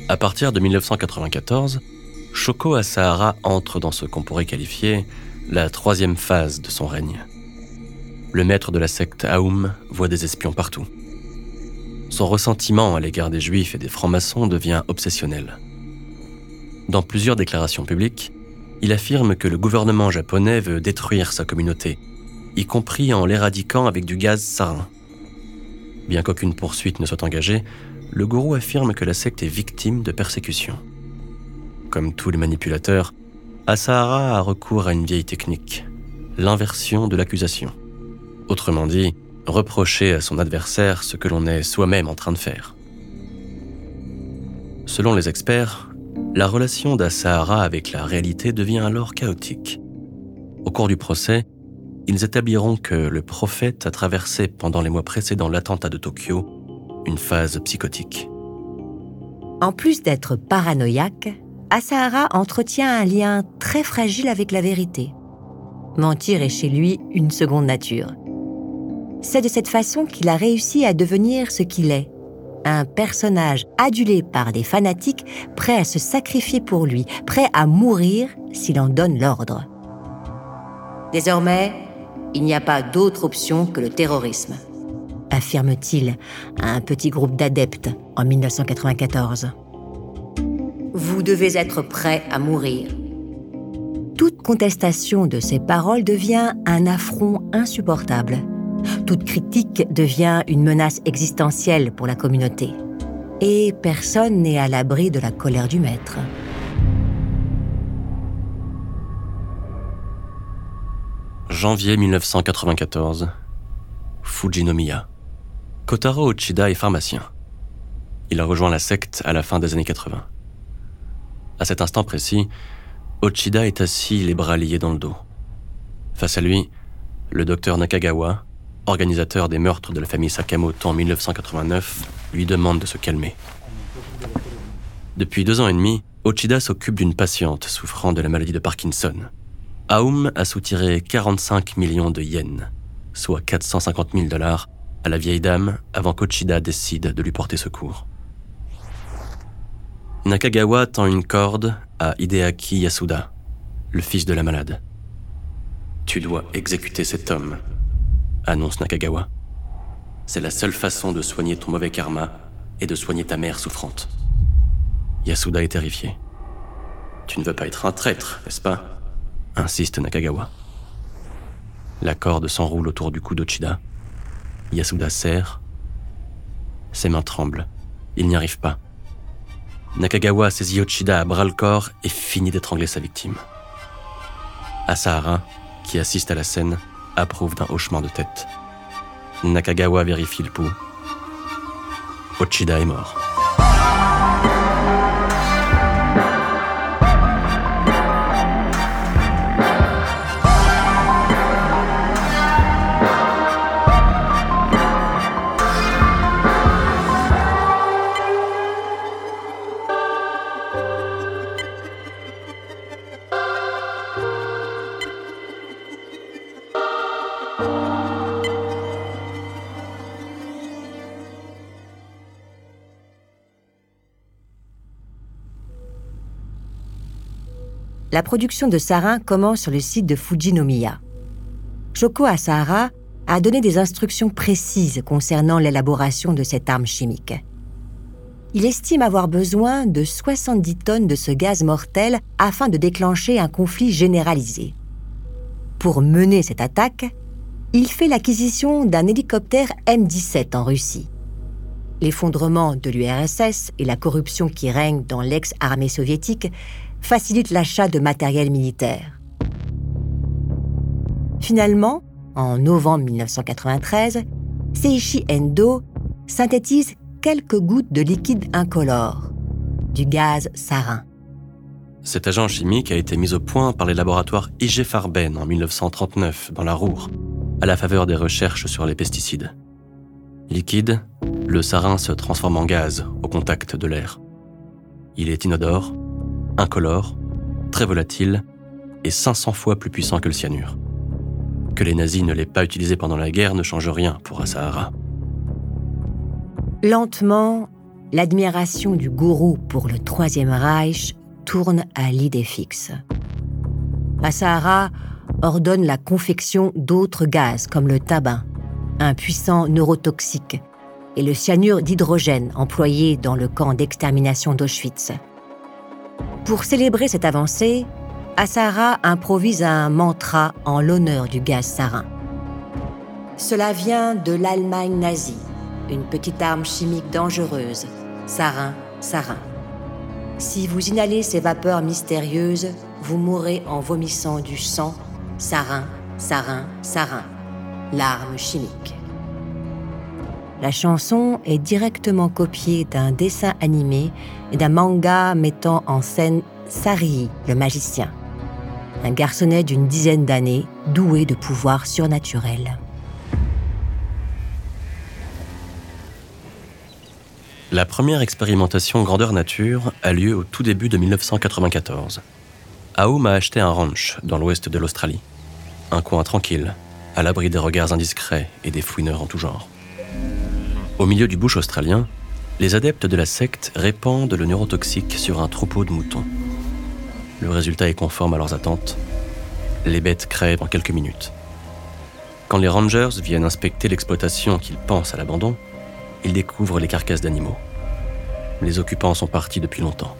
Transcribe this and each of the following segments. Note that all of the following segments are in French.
À partir de 1994, Shoko Asahara entre dans ce qu'on pourrait qualifier la troisième phase de son règne. Le maître de la secte Aum voit des espions partout. Son ressentiment à l'égard des Juifs et des francs-maçons devient obsessionnel. Dans plusieurs déclarations publiques, il affirme que le gouvernement japonais veut détruire sa communauté, y compris en l'éradiquant avec du gaz sarin. Bien qu'aucune poursuite ne soit engagée, le gourou affirme que la secte est victime de persécutions. Comme tous les manipulateurs, Asahara a recours à une vieille technique, l'inversion de l'accusation. Autrement dit, reprocher à son adversaire ce que l'on est soi-même en train de faire. Selon les experts, la relation d'Asahara avec la réalité devient alors chaotique. Au cours du procès, ils établiront que le prophète a traversé pendant les mois précédant l'attentat de Tokyo une phase psychotique. En plus d'être paranoïaque, Asahara entretient un lien très fragile avec la vérité. Mentir est chez lui une seconde nature. C'est de cette façon qu'il a réussi à devenir ce qu'il est, un personnage adulé par des fanatiques prêts à se sacrifier pour lui, prêts à mourir s'il en donne l'ordre. Désormais, il n'y a pas d'autre option que le terrorisme, affirme-t-il à un petit groupe d'adeptes en 1994. Vous devez être prêt à mourir. Toute contestation de ces paroles devient un affront insupportable. Toute critique devient une menace existentielle pour la communauté. Et personne n'est à l'abri de la colère du maître. Janvier 1994, Fujinomiya. Kotaro Uchida est pharmacien. Il a rejoint la secte à la fin des années 80. À cet instant précis, Uchida est assis les bras liés dans le dos. Face à lui, le docteur Nakagawa, organisateur des meurtres de la famille Sakamoto en 1989, lui demande de se calmer. Depuis 2 ans et demi, Uchida s'occupe d'une patiente souffrant de la maladie de Parkinson. Aum a soutiré 45 millions de yens, soit 450 000 $, à la vieille dame avant qu'Uchida décide de lui porter secours. Nakagawa tend une corde à Hideaki Yasuda, le fils de la malade. « Tu dois exécuter cet homme », annonce Nakagawa. « C'est la seule façon de soigner ton mauvais karma et de soigner ta mère souffrante. » Yasuda est terrifié. « Tu ne veux pas être un traître, n'est-ce pas ?» insiste Nakagawa. La corde s'enroule autour du cou d'Uchida. Yasuda serre. Ses mains tremblent. Il n'y arrive pas. Nakagawa saisit Uchida à bras-le-corps et finit d'étrangler sa victime. Asahara, qui assiste à la scène, approuve d'un hochement de tête. Nakagawa vérifie le pouls. Uchida est mort. La production de sarin commence sur le site de Fujinomiya. Shoko Asahara a donné des instructions précises concernant l'élaboration de cette arme chimique. Il estime avoir besoin de 70 tonnes de ce gaz mortel afin de déclencher un conflit généralisé. Pour mener cette attaque, il fait l'acquisition d'un hélicoptère M-17 en Russie. L'effondrement de l'URSS et la corruption qui règne dans l'ex-armée soviétique facilitent l'achat de matériel militaire. Finalement, en novembre 1993, Seiichi Endo synthétise quelques gouttes de liquide incolore, du gaz sarin. Cet agent chimique a été mis au point par les laboratoires IG Farben en 1939 dans la Ruhr, à la faveur des recherches sur les pesticides. Liquide, le sarin se transforme en gaz au contact de l'air. Il est inodore, incolore, très volatile et 500 fois plus puissant que le cyanure. Que les nazis ne l'aient pas utilisé pendant la guerre ne change rien pour Asahara. Lentement, l'admiration du gourou pour le Troisième Reich tourne à l'idée fixe. Asahara ordonne la confection d'autres gaz comme le tabac, un puissant neurotoxique, et le cyanure d'hydrogène employé dans le camp d'extermination d'Auschwitz. Pour célébrer cette avancée, Asahara improvise un mantra en l'honneur du gaz sarin. Cela vient de l'Allemagne nazie, une petite arme chimique dangereuse, sarin, sarin. Si vous inhalez ces vapeurs mystérieuses, vous mourrez en vomissant du sang, sarin, sarin, sarin, l'arme chimique. La chanson est directement copiée d'un dessin animé et d'un manga mettant en scène Sari, le magicien, un garçonnet d'une dizaine d'années doué de pouvoirs surnaturels. La première expérimentation grandeur nature a lieu au tout début de 1994. Aoum a acheté un ranch dans l'ouest de l'Australie. Un coin tranquille, à l'abri des regards indiscrets et des fouineurs en tout genre. Au milieu du bush australien, les adeptes de la secte répandent le neurotoxique sur un troupeau de moutons. Le résultat est conforme à leurs attentes. Les bêtes crèvent en quelques minutes. Quand les rangers viennent inspecter l'exploitation qu'ils pensent à l'abandon, ils découvrent les carcasses d'animaux. Les occupants sont partis depuis longtemps.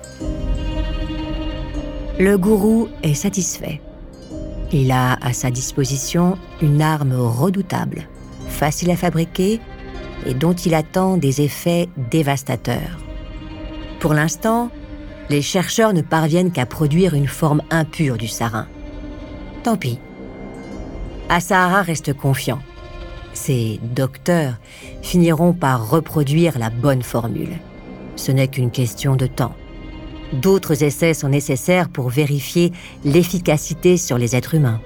Le gourou est satisfait. Il a à sa disposition une arme redoutable, facile à fabriquer et dont il attend des effets dévastateurs. Pour l'instant, les chercheurs ne parviennent qu'à produire une forme impure du sarin. Tant pis. Asahara reste confiant. Ces docteurs finiront par reproduire la bonne formule. Ce n'est qu'une question de temps. D'autres essais sont nécessaires pour vérifier l'efficacité sur les êtres humains.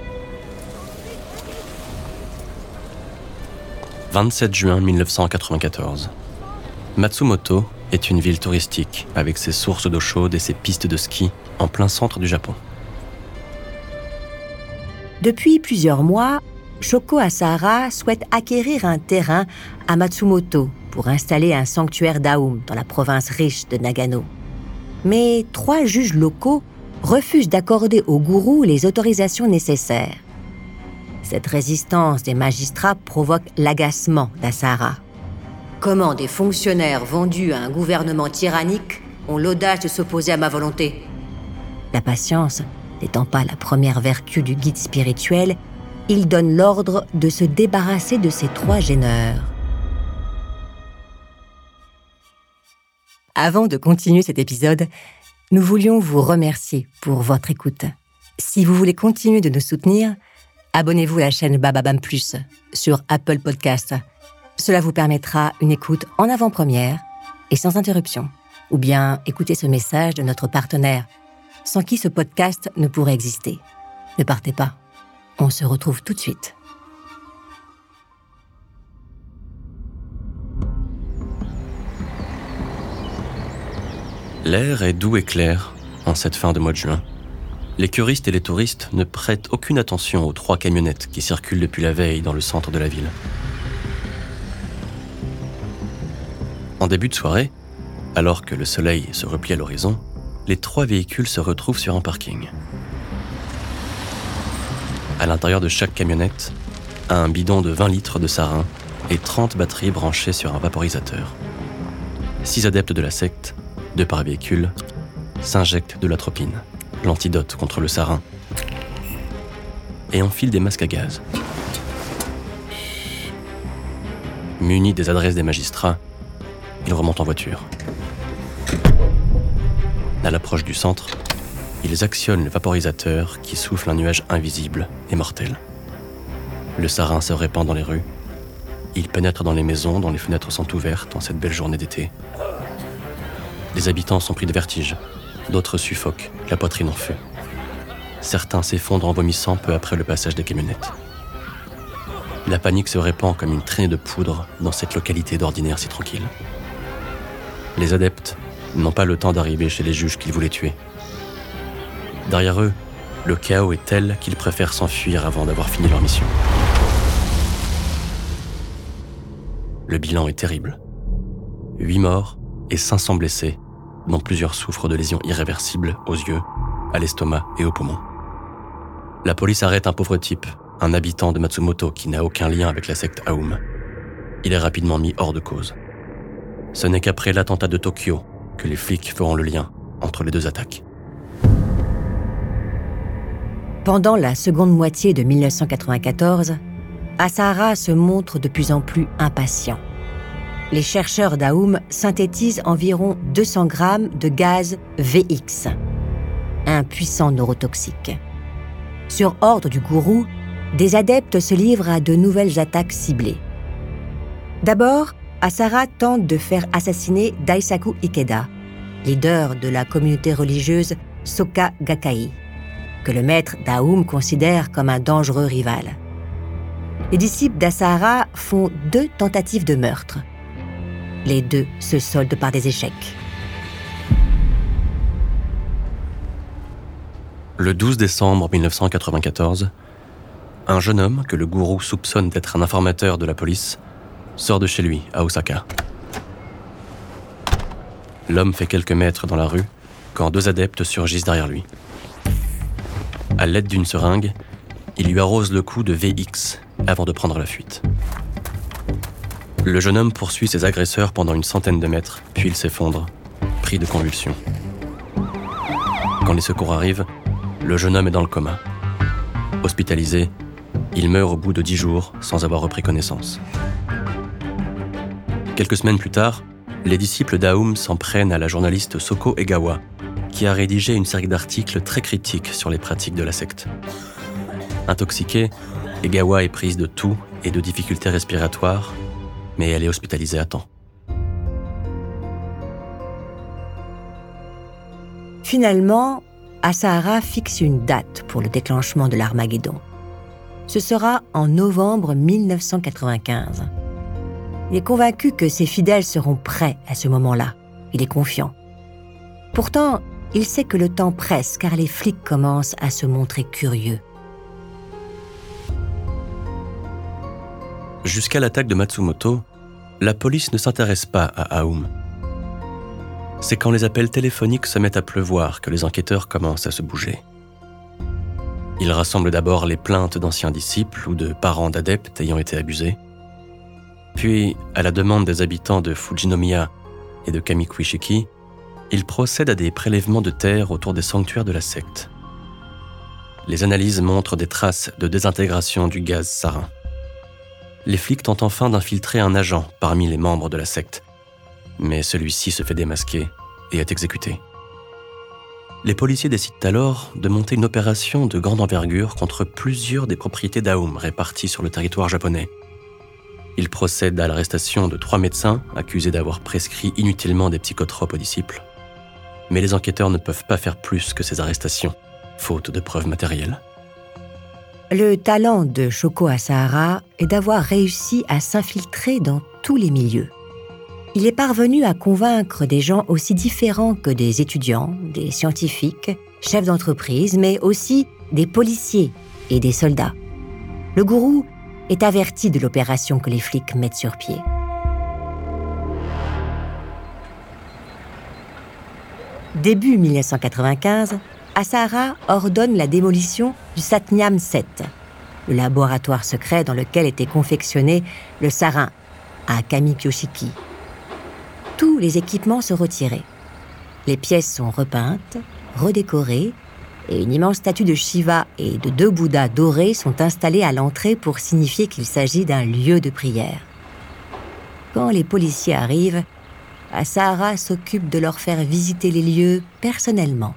27 juin 1994. Matsumoto est une ville touristique avec ses sources d'eau chaude et ses pistes de ski en plein centre du Japon. Depuis plusieurs mois, Shoko Asahara souhaite acquérir un terrain à Matsumoto pour installer un sanctuaire d'Aoum dans la province riche de Nagano. Mais 3 juges locaux refusent d'accorder au gourou les autorisations nécessaires. Cette résistance des magistrats provoque l'agacement d'Asahara. Comment des fonctionnaires vendus à un gouvernement tyrannique ont l'audace de s'opposer à ma volonté ? La patience n'étant pas la première vertu du guide spirituel, il donne l'ordre de se débarrasser de ces 3 gêneurs. Avant de continuer cet épisode, nous voulions vous remercier pour votre écoute. Si vous voulez continuer de nous soutenir, abonnez-vous à la chaîne Bababam Plus sur Apple Podcasts. Cela vous permettra une écoute en avant-première et sans interruption. Ou bien écoutez ce message de notre partenaire, sans qui ce podcast ne pourrait exister. Ne partez pas. On se retrouve tout de suite. L'air est doux et clair en cette fin de mois de juin. Les curistes et les touristes ne prêtent aucune attention aux 3 camionnettes qui circulent depuis la veille dans le centre de la ville. En début de soirée, alors que le soleil se replie à l'horizon, les 3 véhicules se retrouvent sur un parking. À l'intérieur de chaque camionnette, un bidon de 20 litres de sarin et 30 batteries branchées sur un vaporisateur. 6 adeptes de la secte, 2 par véhicule, s'injectent de l'atropine, l'antidote contre le sarin, et enfilent des masques à gaz. Munis des adresses des magistrats, ils remontent en voiture. À l'approche du centre, ils actionnent le vaporisateur qui souffle un nuage invisible et mortel. Le sarin se répand dans les rues. Il pénètre dans les maisons dont les fenêtres sont ouvertes en cette belle journée d'été. Des habitants sont pris de vertige. D'autres suffoquent, la poitrine en feu. Certains s'effondrent en vomissant peu après le passage des camionnettes. La panique se répand comme une traînée de poudre dans cette localité d'ordinaire si tranquille. Les adeptes n'ont pas le temps d'arriver chez les juges qu'ils voulaient tuer. Derrière eux, le chaos est tel qu'ils préfèrent s'enfuir avant d'avoir fini leur mission. Le bilan est terrible. 8 morts et 500 blessés, dont plusieurs souffrent de lésions irréversibles aux yeux, à l'estomac et aux poumons. La police arrête un pauvre type, un habitant de Matsumoto qui n'a aucun lien avec la secte Aum. Il est rapidement mis hors de cause. Ce n'est qu'après l'attentat de Tokyo que les flics feront le lien entre les deux attaques. Pendant la seconde moitié de 1994, Asahara se montre de plus en plus impatient. Les chercheurs d'Aum synthétisent environ 200 grammes de gaz VX, un puissant neurotoxique. Sur ordre du gourou, des adeptes se livrent à de nouvelles attaques ciblées. D'abord, Asahara tente de faire assassiner Daisaku Ikeda, leader de la communauté religieuse Soka Gakkai, que le maître d'Aum considère comme un dangereux rival. Les disciples d'Asahara font 2 tentatives de meurtre. Les 2 se soldent par des échecs. Le 12 décembre 1994, un jeune homme que le gourou soupçonne d'être un informateur de la police sort de chez lui, à Osaka. L'homme fait quelques mètres dans la rue quand 2 adeptes surgissent derrière lui. À l'aide d'une seringue, il lui arrose le cou de VX avant de prendre la fuite. Le jeune homme poursuit ses agresseurs pendant une centaine de mètres, puis il s'effondre, pris de convulsions. Quand les secours arrivent, le jeune homme est dans le coma. Hospitalisé, il meurt au bout de 10 jours sans avoir repris connaissance. Quelques semaines plus tard, les disciples d'Aum s'en prennent à la journaliste Soko Egawa, qui a rédigé une série d'articles très critiques sur les pratiques de la secte. Intoxiquée, Egawa est prise de toux et de difficultés respiratoires, mais elle est hospitalisée à temps. Finalement, Asahara fixe une date pour le déclenchement de l'Armageddon. Ce sera en novembre 1995. Il est convaincu que ses fidèles seront prêts à ce moment-là. Il est confiant. Pourtant, il sait que le temps presse car les flics commencent à se montrer curieux. Jusqu'à l'attaque de Matsumoto, la police ne s'intéresse pas à Aum. C'est quand les appels téléphoniques se mettent à pleuvoir que les enquêteurs commencent à se bouger. Ils rassemblent d'abord les plaintes d'anciens disciples ou de parents d'adeptes ayant été abusés. Puis, à la demande des habitants de Fujinomiya et de Kamikuishiki, ils procèdent à des prélèvements de terre autour des sanctuaires de la secte. Les analyses montrent des traces de désintégration du gaz sarin. Les flics tentent enfin d'infiltrer un agent parmi les membres de la secte, mais celui-ci se fait démasquer et est exécuté. Les policiers décident alors de monter une opération de grande envergure contre plusieurs des propriétés d'Aum réparties sur le territoire japonais. Ils procèdent à l'arrestation de 3 médecins accusés d'avoir prescrit inutilement des psychotropes aux disciples. Mais les enquêteurs ne peuvent pas faire plus que ces arrestations, faute de preuves matérielles. Le talent de Shoko Asahara est d'avoir réussi à s'infiltrer dans tous les milieux. Il est parvenu à convaincre des gens aussi différents que des étudiants, des scientifiques, chefs d'entreprise, mais aussi des policiers et des soldats. Le gourou est averti de l'opération que les flics mettent sur pied. Début 1995, Asahara ordonne la démolition du Satnyam 7, le laboratoire secret dans lequel était confectionné le sarin à Kamikuishiki. Tous les équipements sont retirés. Les pièces sont repeintes, redécorées, et une immense statue de Shiva et de 2 Bouddhas dorés sont installés à l'entrée pour signifier qu'il s'agit d'un lieu de prière. Quand les policiers arrivent, Asahara s'occupe de leur faire visiter les lieux personnellement.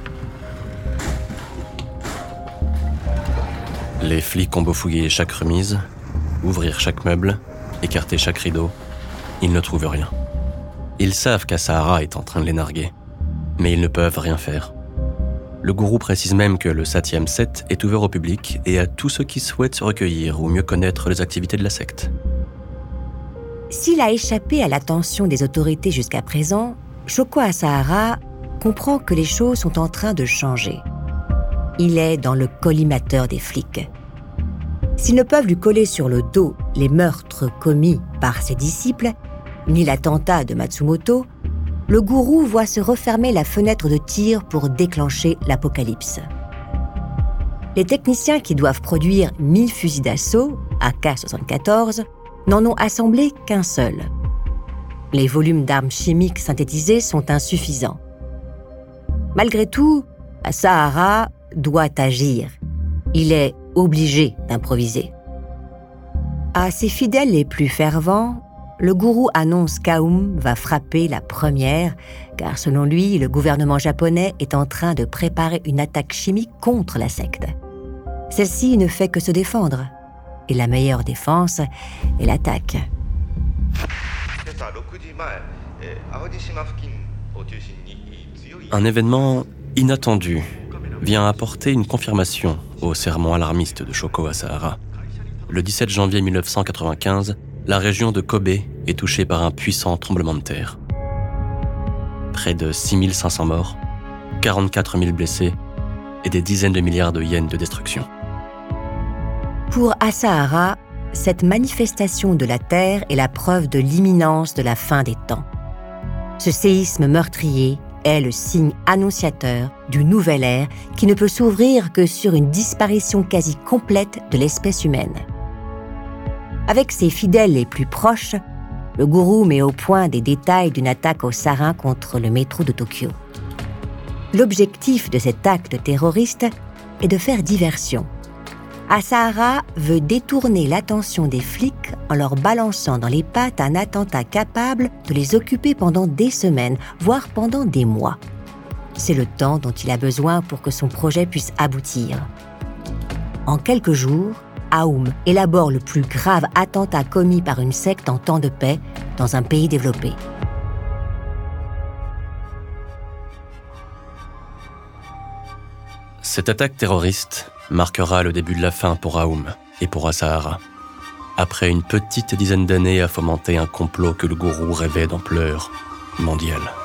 Les flics ont beau fouiller chaque remise, ouvrir chaque meuble, écarter chaque rideau, ils ne trouvent rien. Ils savent qu'Asahara est en train de les narguer, mais ils ne peuvent rien faire. Le gourou précise même que le Satyam 7 est ouvert au public et à tous ceux qui souhaitent se recueillir ou mieux connaître les activités de la secte. S'il a échappé à l'attention des autorités jusqu'à présent, Shoko Asahara comprend que les choses sont en train de changer. Il est dans le collimateur des flics. S'ils ne peuvent lui coller sur le dos les meurtres commis par ses disciples, ni l'attentat de Matsumoto, le gourou voit se refermer la fenêtre de tir pour déclencher l'apocalypse. Les techniciens qui doivent produire 1000 fusils d'assaut, AK-74, n'en ont assemblé qu'un seul. Les volumes d'armes chimiques synthétisées sont insuffisants. Malgré tout, Asahara doit agir. Il est obligé d'improviser. À ses fidèles les plus fervents, le gourou annonce qu'Aum va frapper la première, car selon lui, le gouvernement japonais est en train de préparer une attaque chimique contre la secte. Celle-ci ne fait que se défendre, et la meilleure défense est l'attaque. Un événement inattendu vient apporter une confirmation au sermon alarmiste de Shoko Asahara. Le 17 janvier 1995, la région de Kobe est touchée par un puissant tremblement de terre. Près de 6500 morts, 44 000 blessés et des dizaines de milliards de yens de destruction. Pour Asahara, cette manifestation de la Terre est la preuve de l'imminence de la fin des temps. Ce séisme meurtrier est le signe annonciateur d'une nouvelle ère qui ne peut s'ouvrir que sur une disparition quasi complète de l'espèce humaine. Avec ses fidèles les plus proches, le gourou met au point des détails d'une attaque au sarin contre le métro de Tokyo. L'objectif de cet acte terroriste est de faire diversion. Asahara veut détourner l'attention des flics en leur balançant dans les pattes un attentat capable de les occuper pendant des semaines, voire pendant des mois. C'est le temps dont il a besoin pour que son projet puisse aboutir. En quelques jours, Aum élabore le plus grave attentat commis par une secte en temps de paix dans un pays développé. Cette attaque terroriste marquera le début de la fin pour Aum et pour Asahara. Après une petite dizaine d'années à fomenter un complot que le gourou rêvait d'ampleur mondiale.